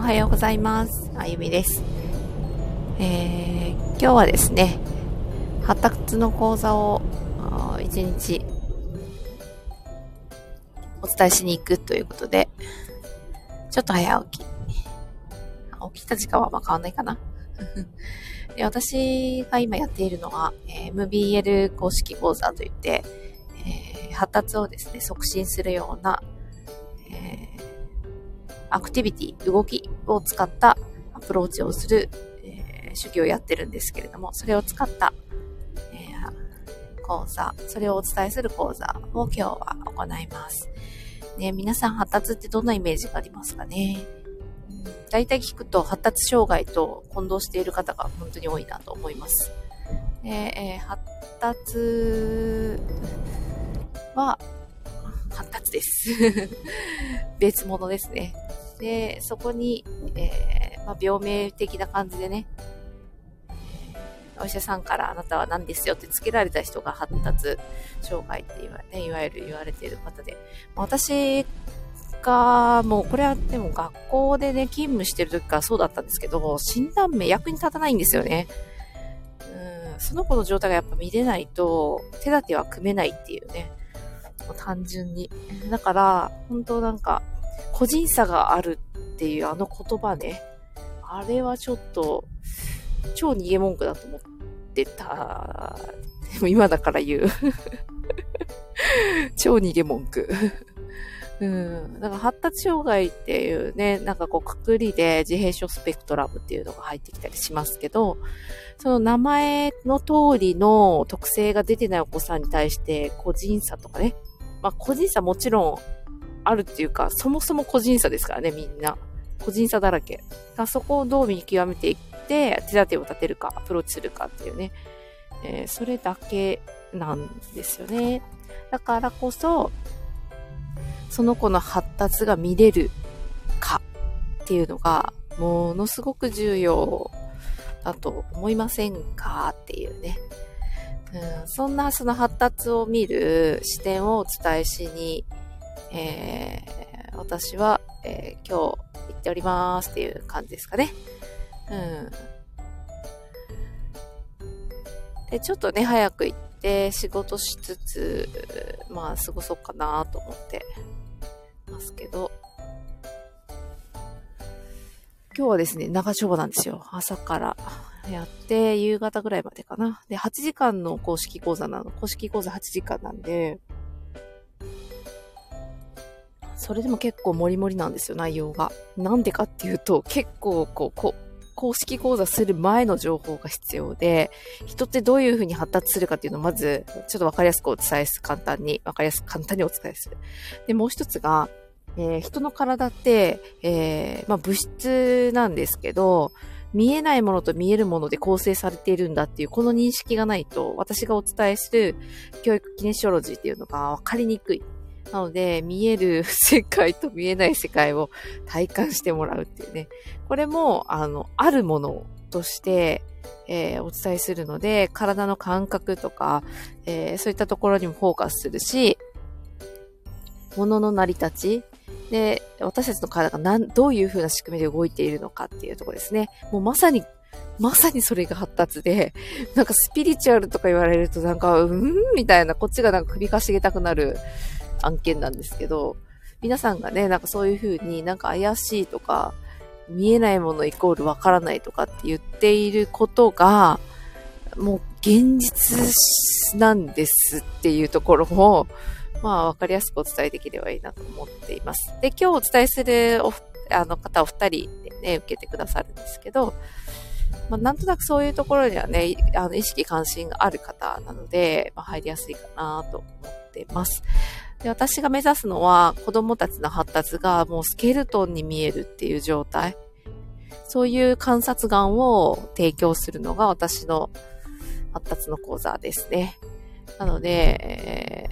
はようございます。あゆみです。今日はですね、発達の講座を一日お伝えしに行くということで、ちょっと早起きた時間は変わんないかな。で、私が今やっているのは、MBL 公式講座といって、発達をですね、促進するような、アクティビティ、動きを使ったアプローチをする、手技をやってるんですけれども、それを使った、講座、それをお伝えする講座を今日は行います。ね、皆さん発達ってどんなイメージがありますかね。だいたい聞くと発達障害と混同している方が本当に多いなと思います。で、発達は発達です。別物ですね。で、そこに、病名的な感じでね、お医者さんからあなたは何ですよってつけられた人が発達障害っていわゆる言われている方で、私がもうこれはでも学校でね勤務してる時からそうだったんですけど、診断名役に立たないんですよね。その子の状態がやっぱ見れないと手立ては組めないっていうね、単純に。だから本当なんか個人差があるっていうあの言葉ね、あれはちょっと超逃げ文句だと思ってた。でも今だから言う。超逃げ文句。だから発達障害っていうね、なんかこうくくりで自閉症スペクトラムっていうのが入ってきたりしますけど、その名前の通りの特性が出てないお子さんに対して個人差とかね、個人差もちろんあるっていうか、そもそも個人差ですからね、みんな。個人差だらけ。そこをどう見極めていって、手立てを立てるか、アプローチするかっていうね、それだけなんですよね。だからこそ、その子の発達が見れるかっていうのが、ものすごく重要だと思いませんかっていうね。そんなその発達を見る視点をお伝えしに、私は、今日行っておりますっていう感じですかね。で、ちょっとね、早く行って仕事しつつ、過ごそうかなと思ってますけど、今日はですね、長丁場なんですよ。朝からやって、夕方ぐらいまでかな。で、8時間の公式講座8時間なんで、それでも結構モリモリなんですよ、内容が。なんでかっていうと、結構公式講座する前の情報が必要で、人ってどういう風に発達するかっていうのをまず、ちょっとわかりやすくお伝えする。簡単にお伝えする。で、もう一つが、人の体って、物質なんですけど、見えないものと見えるもので構成されているんだっていう、この認識がないと、私がお伝えする教育キネシオロジーっていうのがわかりにくい。なので、見える世界と見えない世界を体感してもらうっていうね。これも、あるものとして、お伝えするので、体の感覚とか、そういったところにもフォーカスするし、物の成り立ちで、私たちの体がどういう風な仕組みで動いているのかっていうところですね。もうまさにそれが発達で、なんかスピリチュアルとか言われるとなんか、みたいな、こっちがなんか首かしげたくなる案件なんですけど、皆さんがね、なんかそういう風になんか怪しいとか、見えないものイコールわからないとかって言っていることが、もう現実なんですっていうところも、わかりやすくお伝えできればいいなと思っています。で、今日お伝えする方お二人でね、受けてくださるんですけど、なんとなくそういうところにはね、意識関心がある方なので、入りやすいかなと思っています。で、私が目指すのは子供たちの発達がもうスケルトンに見えるっていう状態。そういう観察眼を提供するのが私の発達の講座ですね。なので、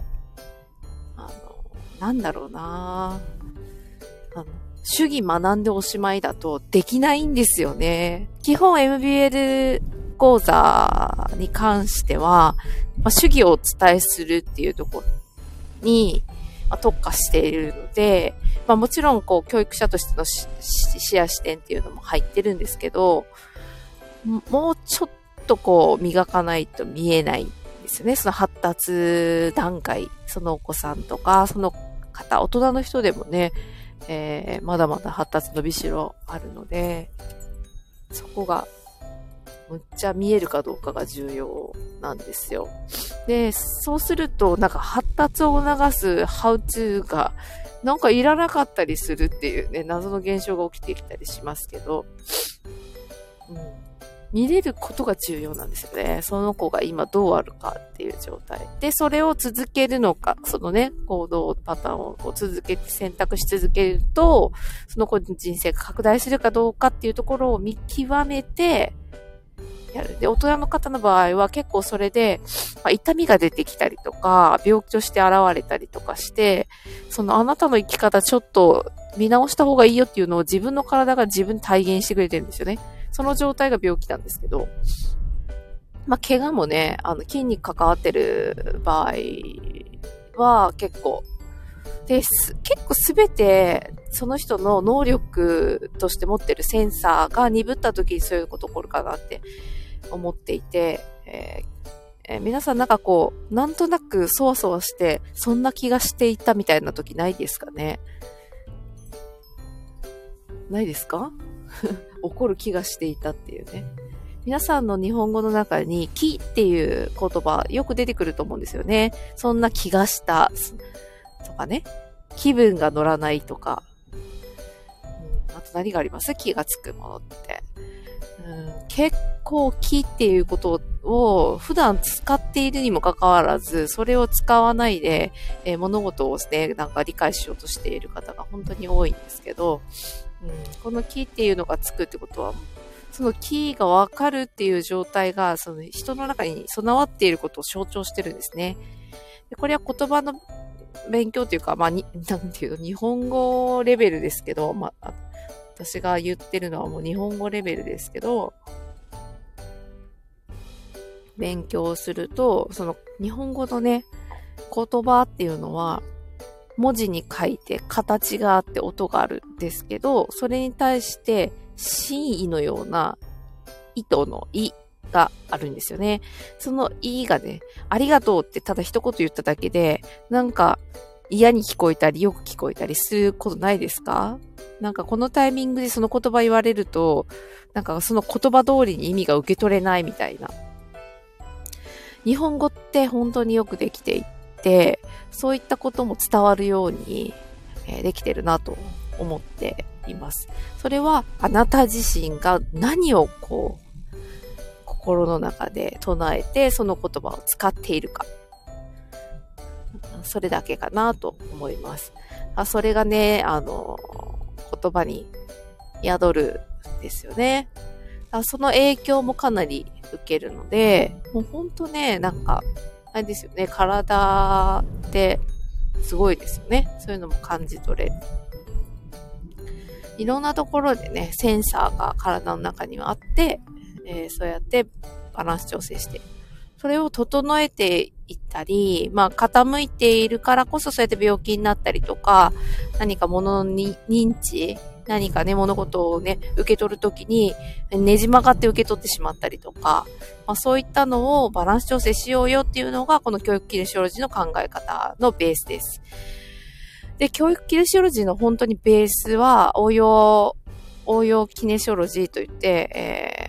なんだろうな、主義学んでおしまいだとできないんですよね。基本 MBL 講座に関しては、主義をお伝えするっていうところに、 特化しているので、もちろん教育者としての視野視点っていうのも入ってるんですけど、もうちょっと磨かないと見えないんですよね。その発達段階、そのお子さんとか、その方、大人の人でもね、まだまだ発達伸びしろあるので、そこがむっちゃ見えるかどうかが重要なんですよ。で、そうすると発達を促すハウツーがいらなかったりするっていうね、謎の現象が起きてきたりしますけど、見れることが重要なんですよね。その子が今どうあるかっていう状態。で、それを続けるのか、そのね、行動パターンを続けて選択し続けると、その子の人生が拡大するかどうかっていうところを見極めてやる。で、大人の方の場合は結構それで、痛みが出てきたりとか、病気として現れたりとかして、あなたの生き方ちょっと見直した方がいいよっていうのを自分の体が自分に体現してくれてるんですよね。その状態が病気なんですけど、怪我もね、筋肉関わってる場合は結構、結構すべてその人の能力として持ってるセンサーが鈍った時にそういうこと起こるかなって思っていて、皆さんなんとなくそわそわして、そんな気がしていたみたいな時ないですかね？ないですか？起こる気がしていたっていうね。皆さんの日本語の中に気っていう言葉よく出てくると思うんですよね。そんな気がしたとかね。気分が乗らないとか。あと何があります？気がつくものって。結構気っていうことを普段使っているにもかかわらず、それを使わないで、物事をね、理解しようとしている方が本当に多いんですけど、この気っていうのがつくってことは、その気がわかるっていう状態が、その人の中に備わっていることを象徴してるんですね。でこれは言葉の勉強というか、なんていうの、日本語レベルですけど、私が言ってるのはもう日本語レベルですけど、勉強すると、その日本語のね、言葉っていうのは、文字に書いて形があって音があるんですけど、それに対して真意のような糸の意があるんですよね。その意がね、ありがとうってただ一言言っただけで、嫌に聞こえたりよく聞こえたりすることないですか？このタイミングでその言葉言われると、その言葉通りに意味が受け取れないみたいな。日本語って本当によくできていて、そういったことも伝わるようにできてるなと思っています。それはあなた自身が何を心の中で唱えてその言葉を使っているか。それだけかなと思います。それがね、言葉に宿るんですよね。その影響もかなり受けるので、もうほんとね、あれですよね、体ってすごいですよね。そういうのも感じ取れる。いろんなところでね、センサーが体の中にはあって、そうやってバランス調整している。それを整えていったり、傾いているからこそそうやって病気になったりとか、何か物の認知、何かね、物事をね、受け取るときにねじ曲がって受け取ってしまったりとか、そういったのをバランス調整しようよっていうのが、この教育キネシオロジーの考え方のベースです。で、教育キネシオロジーの本当にベースは、応用キネシオロジーといって、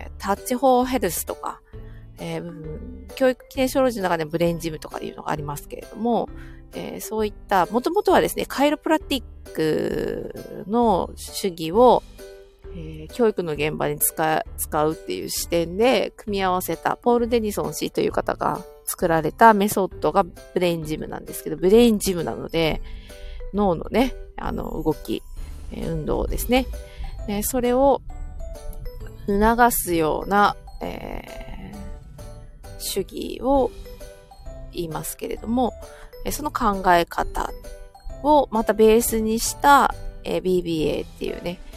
タッチフォーヘルスとか、教育キネシオロジーの中でブレインジムとかいうのがありますけれども、そういった、もともとはですね、カイロプラティックの主義を、教育の現場に使うっていう視点で組み合わせたポール・デニソン氏という方が作られたメソッドがブレインジムなんですけど、ブレインジムなので、脳のね、動き、運動ですね。それを促すような、主義を言いますけれども、その考え方をまたベースにした、BBA っていうね、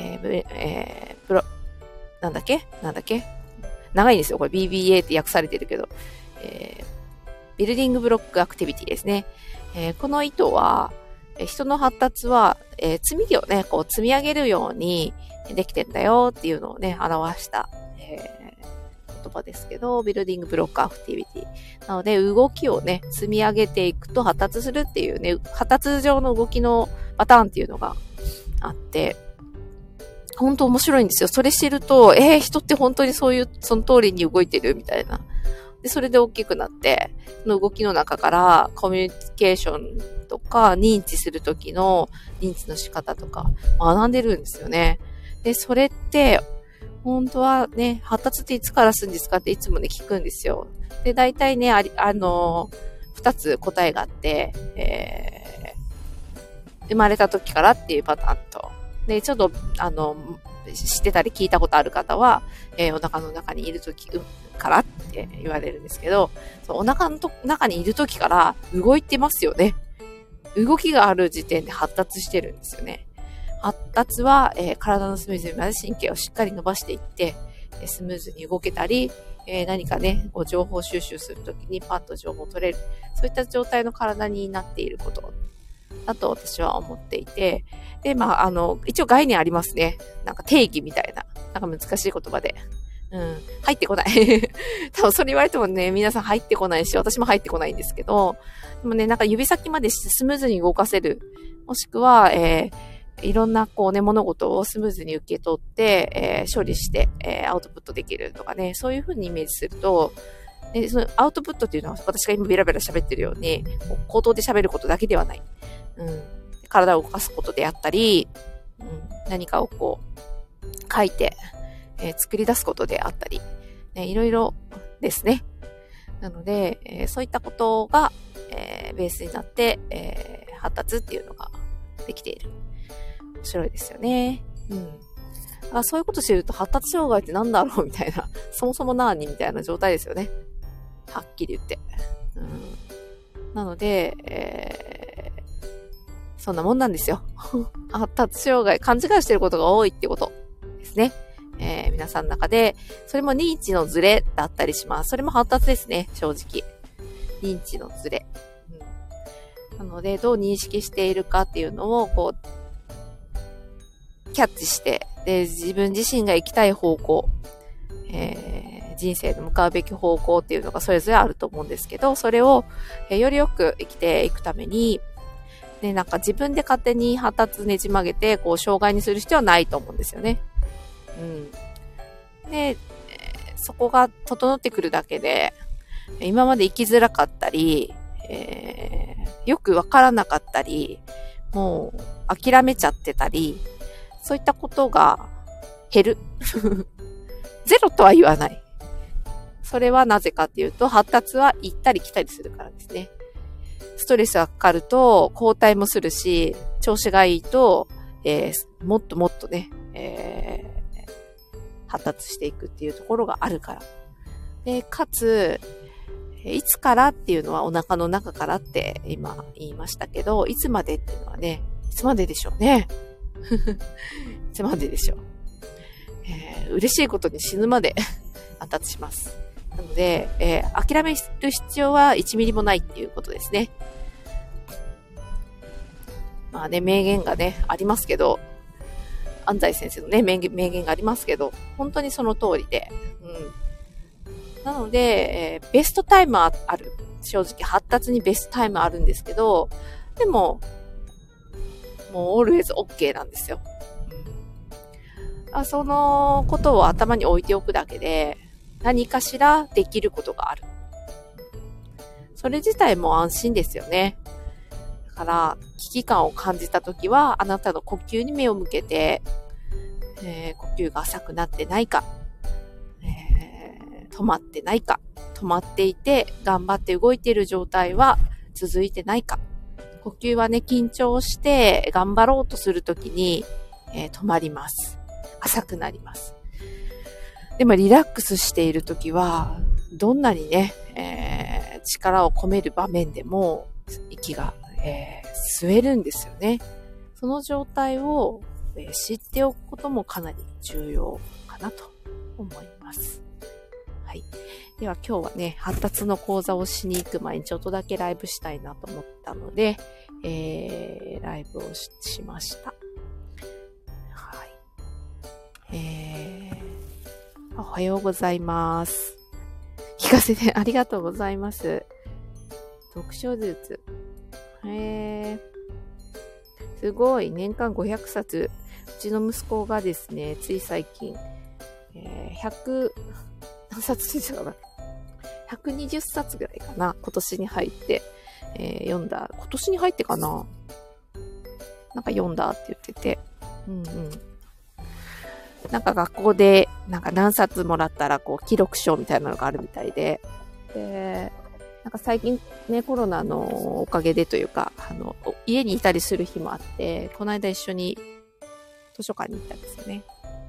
なんだっけ長いんですよ。これ BBA って訳されてるけど、ビルディングブロックアクティビティですね。 この意図は、人の発達は、積み木をね、こう積み上げるようにできてんだよっていうのをね、表した、言葉ですけど、ビルディングブロックアクティビティ。なので、動きをね、積み上げていくと発達するっていうね、発達上の動きのパターンっていうのがあって、本当面白いんですよ。それ知ると、人って本当にその通りに動いてるみたいな。で、それで大きくなって、その動きの中からコミュニケーションとか認知するときの認知の仕方とか学んでるんですよね。で、それって、本当はね、発達っていつからするんですかっていつもね、聞くんですよ。で、大体ね、二つ答えがあって、生まれた時からっていうパターンと、で、ちょっと、知ってたり聞いたことある方は、お腹の中にいる時からって言われるんですけど、お腹の中にいる時から動いてますよね。動きがある時点で発達してるんですよね。発達は、体の隅々まで神経をしっかり伸ばしていって、スムーズに動けたり、何かね、こう情報収集するときにパッと情報を取れる。そういった状態の体になっていることだと私は思っていて、で、一応概念ありますね。なんか定義みたいな。なんか難しい言葉で。入ってこない。多分それ言われてもね、皆さん入ってこないし、私も入ってこないんですけど、でもね、なんか指先までスムーズに動かせる。もしくは、いろんなこうね、物事をスムーズに受け取って、処理して、アウトプットできるとかね、そういう風にイメージすると、そのアウトプットっていうのは私が今ベラベラ喋ってるように、口頭で喋ることだけではない。体を動かすことであったり、何かをこう、書いて、作り出すことであったり、いろいろですね。なので、そういったことが、ベースになって、発達っていうのができている。面白いですよね。そういうこと知ると発達障害ってなんだろうみたいな、そもそも何みたいな状態ですよね。はっきり言って。なので、そんなもんなんですよ。発達障害、勘違いしてることが多いってことですね。皆さんの中で、それも認知のズレだったりします。それも発達ですね、正直。認知のズレ。なので、どう認識しているかっていうのを、こう、キャッチして、で、自分自身が行きたい方向、人生の向かうべき方向っていうのがそれぞれあると思うんですけど、それを、よりよく生きていくために、ね、なんか自分で勝手に発達ねじ曲げて、こう、障害にする必要はないと思うんですよね。で、そこが整ってくるだけで、今まで生きづらかったり、よくわからなかったり、もう諦めちゃってたり、そういったことが減る。ゼロとは言わない。それはなぜかっていうと、発達は行ったり来たりするからですね。ストレスがかかると後退もするし、調子がいいと、もっともっとね、発達していくっていうところがあるから。で、かつ、いつからっていうのはお腹の中からって今言いましたけど、いつまでっていうのはね、いつまででしょうね。いつまででしょう。嬉しいことに死ぬまで発達します。なので、諦める必要は1ミリもないっていうことですね。まあね、名言がね、ありますけど、安西先生のね、名言がありますけど、本当にその通りで。なので、ベストタイムはある。正直、発達にベストタイムあるんですけど、でも、もう always OK なんですよ。そのことを頭に置いておくだけで、何かしらできることがある。それ自体も安心ですよね。だから、危機感を感じたときは、あなたの呼吸に目を向けて、呼吸が浅くなってないか、止まってないか、止まっていて頑張って動いている状態は続いてないか。呼吸はね、緊張して頑張ろうとするときに、止まります。浅くなります。でもリラックスしているときは、どんなにね、力を込める場面でも息が、吸えるんですよね。その状態を、知っておくこともかなり重要かなと思います。 はい。では今日はね、発達の講座をしに行く前にちょっとだけライブしたいなと思ったので、ライブを しました。はい。おはようございます。聞かせてありがとうございます。読書術。すごい。年間500冊。うちの息子がですね、つい最近、何冊でしたかな ?120 冊ぐらいかな。今年に入って、読んだ。今年に入ってかななんか読んだって言ってて。なんか学校で、なんか何冊もらったら、こう、記録書みたいなのがあるみたいで。で、なんか最近ね、コロナのおかげでというか、家にいたりする日もあって、この間一緒に図書館に行ったんですよね。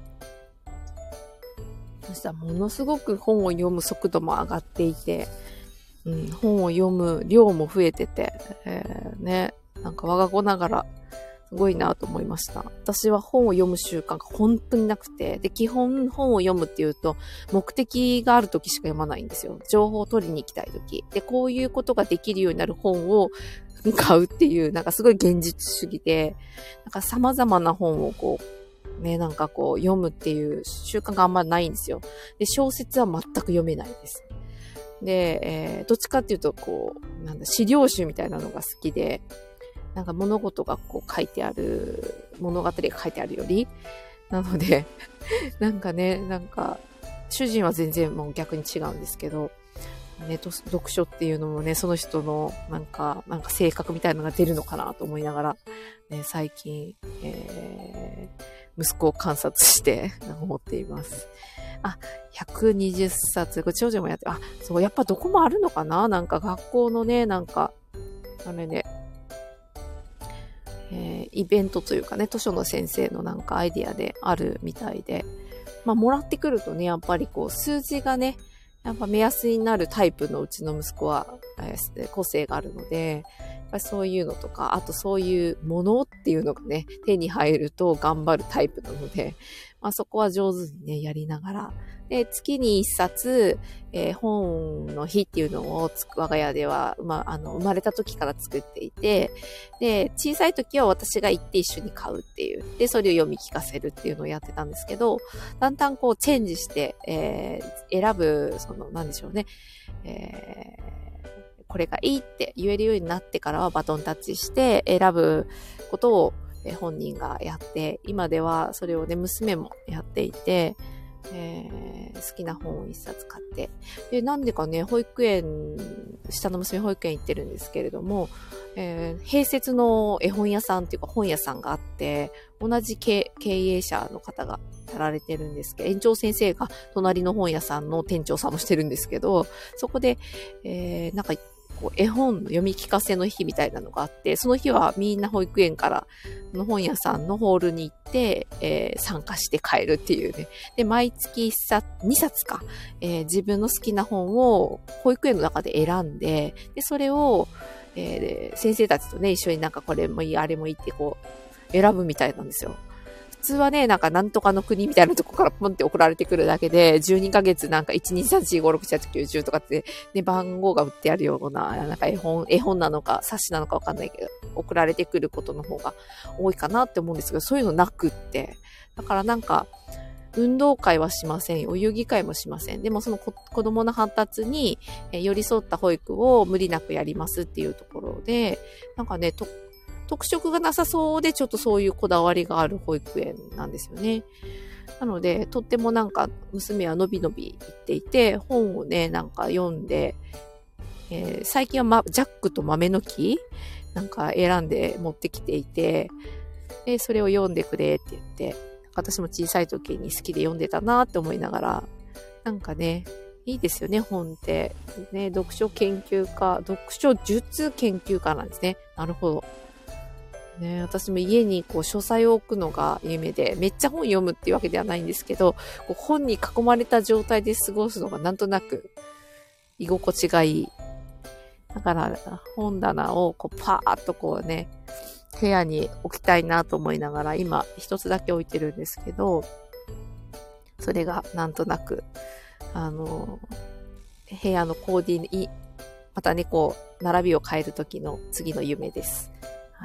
そしたらものすごく本を読む速度も上がっていて、本を読む量も増えてて、ね、なんか我が子ながらすごいなと思いました。私は本を読む習慣が本当になくて、で、基本本を読むっていうと、目的がある時しか読まないんですよ。情報を取りに行きたい時。で、こういうことができるようになる本を買うっていう、なんかすごい現実主義で、なんか様々な本をこう、ね、なんかこう読むっていう習慣があんまないんですよ。で、小説は全く読めないです。で、どっちかっていうと、こう、資料集みたいなのが好きで、なんか物事がこう書いてある、物語が書いてあるより、なので、なんかね、なんか、主人は全然もう逆に違うんですけど、ね、読書っていうのもね、その人のなんか性格みたいなのが出るのかなと思いながら、ね、最近、息子を観察して思っています。120冊。これ長女もやって、そう、やっぱどこもあるのかななんか学校のね、なんか、イベントというかね、図書の先生のなんかアイディアであるみたいで、もらってくるとね、やっぱりこう、数字がね、やっぱ目安になるタイプのうちの息子は、個性があるので、やっぱりそういうのとか、あとそういうものっていうのがね、手に入ると頑張るタイプなので、そこは上手にね、やりながら。で、月に一冊、本の日っていうのを我が家では、生まれた時から作っていて、で、小さい時は私が行って一緒に買うっていう。で、それを読み聞かせるっていうのをやってたんですけど、だんだんこうチェンジして、選ぶ、なんでしょうね。これがいいって言えるようになってからはバトンタッチして選ぶことを本人がやって、今ではそれをね、娘もやっていて、好きな本を一冊買って、で、なんでかね、下の娘保育園行ってるんですけれども、併設の絵本屋さんっていうか本屋さんがあって、同じ経営者の方がやられてるんですけど、園長先生が隣の本屋さんの店長さんもしてるんですけど、そこで、なんか、絵本の読み聞かせの日みたいなのがあって、その日はみんな保育園からの本屋さんのホールに行って、参加して帰るっていうね。で、毎月2冊か、自分の好きな本を保育園の中で選んで、で、それを、先生たちとね、一緒になんかこれもいい、あれもいいってこう、選ぶみたいなんですよ。普通はね、なんとかの国みたいなとこからポンって送られてくるだけで、12ヶ月なんか1、2、3、4、5、6、7、8、9、10とかって、ね、番号が売ってあるような、なんか絵本なのか、冊子なのかわかんないけど、送られてくることの方が多いかなって思うんですけど、そういうのなくって。だからなんか、運動会はしませんよ。遊戯会もしません。でもその子供の発達に寄り添った保育を無理なくやりますっていうところで、なんかね、特色がなさそうでちょっとそういうこだわりがある保育園なんですよね。なので、とってもなんか娘はのびのび行っていて、本をね、なんか読んで、最近はジャックと豆の木なんか選んで持ってきていて、で、それを読んでくれって言って、私も小さい時に好きで読んでたなって思いながら、なんかね、いいですよね、本って。ね、読書術研究家なんですね。なるほど。ね、私も家にこう書斎を置くのが夢で、めっちゃ本読むっていうわけではないんですけど、こう本に囲まれた状態で過ごすのがなんとなく居心地がいい。だから本棚をこうパーッとこうね、部屋に置きたいなと思いながら今一つだけ置いてるんですけど、それがなんとなく部屋のコーディまたね、こう、並びを変える時の次の夢です。はい。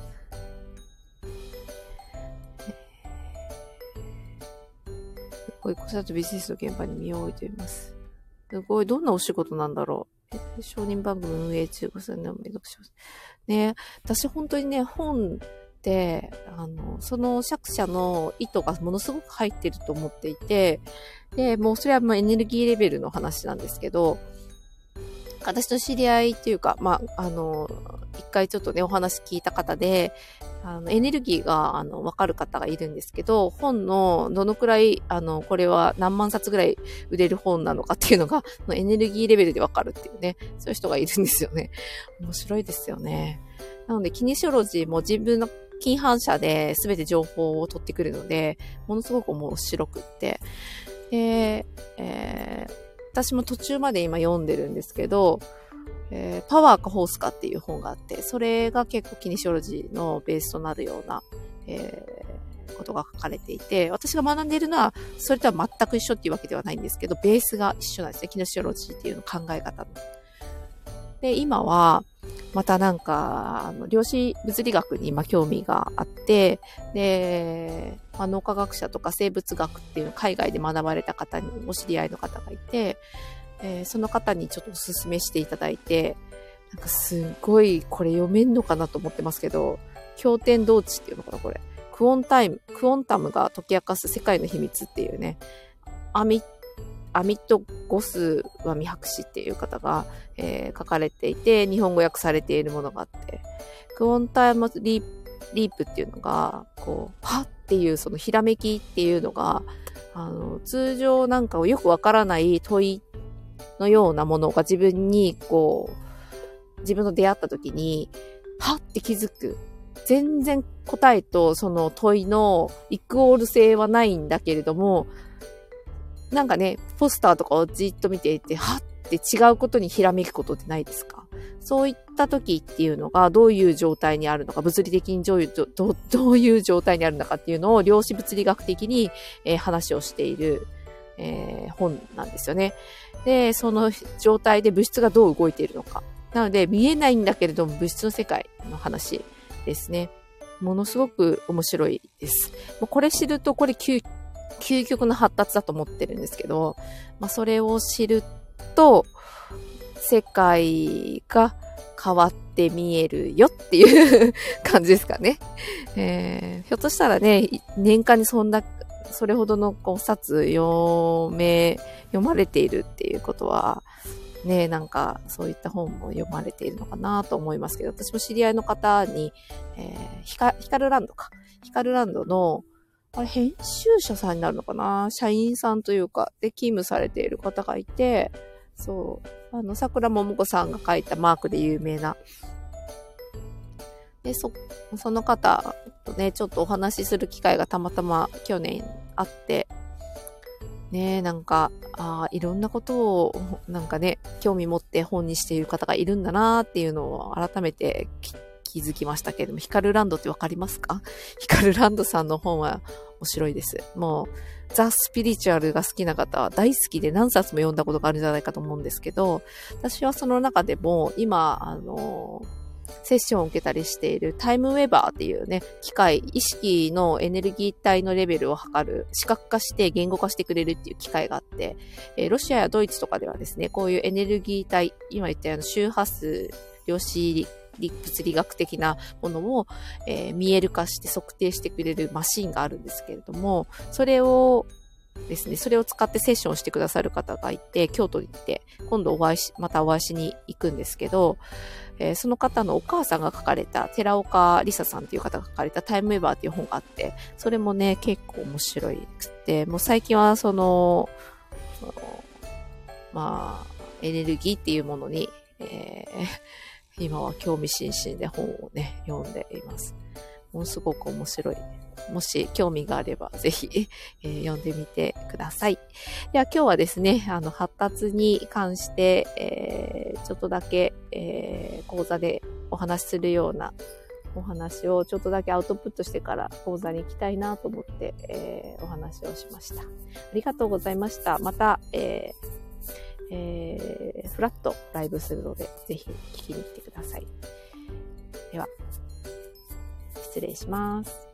こういう子育てビジネスの現場に身を置いています。すごい、どんなお仕事なんだろう。承認番組運営中、5年目読書。ね、私本当にね、本って、その作者の意図がものすごく入ってると思っていて、で、もうそれはもうエネルギーレベルの話なんですけど、私の知り合いっていうか、一回ちょっとね、お話聞いた方で、エネルギーが、わかる方がいるんですけど、本のどのくらい、これは何万冊ぐらい売れる本なのかっていうのが、エネルギーレベルでわかるっていうね、そういう人がいるんですよね。面白いですよね。なので、キネシオロジーも自分の近反射で全て情報を取ってくるので、ものすごく面白くって。で、私も途中まで今読んでるんですけど、パワーかフォースかっていう本があって、それが結構キネシオロジーのベースとなるような、ことが書かれていて、私が学んでいるのは、それとは全く一緒っていうわけではないんですけど、ベースが一緒なんですね。キネシオロジーっていうの考え方の。で、今は、またなんか、量子物理学に今興味があって、で、脳科学者とか生物学っていうのを海外で学ばれた方に、お知り合いの方がいて、その方にちょっとお勧めしていただいて、なんかすごいこれ読めんのかなと思ってますけど、経典同地っていうのかな、これ。クオンタムが解き明かす世界の秘密っていうね、アミット・ゴスワミ博士っていう方が、書かれていて、日本語訳されているものがあって、クオンタムリープっていうのが、こう、はっていうそのひらめきっていうのが、通常なんかをよくわからない問いのようなものが自分に、こう、自分と出会った時に、はって気づく。全然答えとその問いのイクオール性はないんだけれども、なんかね、ポスターとかをじっと見ていて、はって違うことにひらめくことってないですか？そういった時っていうのがどういう状態にあるのか、物理的にどういう状態にあるのかっていうのを量子物理学的に、話をしている、本なんですよね。で、その状態で物質がどう動いているのか。なので、見えないんだけれども物質の世界の話ですね。ものすごく面白いです。もうこれ知ると、これ究極の発達だと思ってるんですけど、それを知ると、世界が変わって見えるよっていう感じですかね。ひょっとしたらね、年間にそれほどの冊読まれているっていうことは、ね、なんかそういった本も読まれているのかなと思いますけど、私も知り合いの方に、ヒカルランドの、あれ、編集者さんになるのかな？社員さんというか、で勤務されている方がいて、そう、桜桃子さんが書いたマークで有名な。で、その方とね、ちょっとお話しする機会がたまたま去年あって、ね、なんか、いろんなことを、なんかね、興味持って本にしている方がいるんだなっていうのを改めて気づきましたけれども、ヒカルランドってわかりますか？ヒカルランドさんの本は面白いです。もう、ザ・スピリチュアルが好きな方は大好きで何冊も読んだことがあるんじゃないかと思うんですけど、私はその中でも今、セッションを受けたりしているタイムウェバーっていうね、機械、意識のエネルギー体のレベルを測る、視覚化して言語化してくれるっていう機械があって、ロシアやドイツとかではですね、こういうエネルギー体、今言ったような周波数、量子物理学的なものを、見える化して測定してくれるマシンがあるんですけれども、それを使ってセッションをしてくださる方がいて、京都に行って、今度またお会いしに行くんですけど、その方のお母さんが書かれた、寺岡里紗さんという方が書かれたタイムウェバーっていう本があって、それもね、結構面白いくて、もう最近はエネルギーっていうものに、今は興味津々で本をね、読んでいます。ものすごく面白い。もし興味があればぜひ、読んでみてください。では今日はですね、発達に関して、ちょっとだけ、講座でお話しするようなお話をちょっとだけアウトプットしてから講座に行きたいなと思って、お話をしました。ありがとうございました。また、フラットライブするので、ぜひ聞きに来てください。では、失礼します。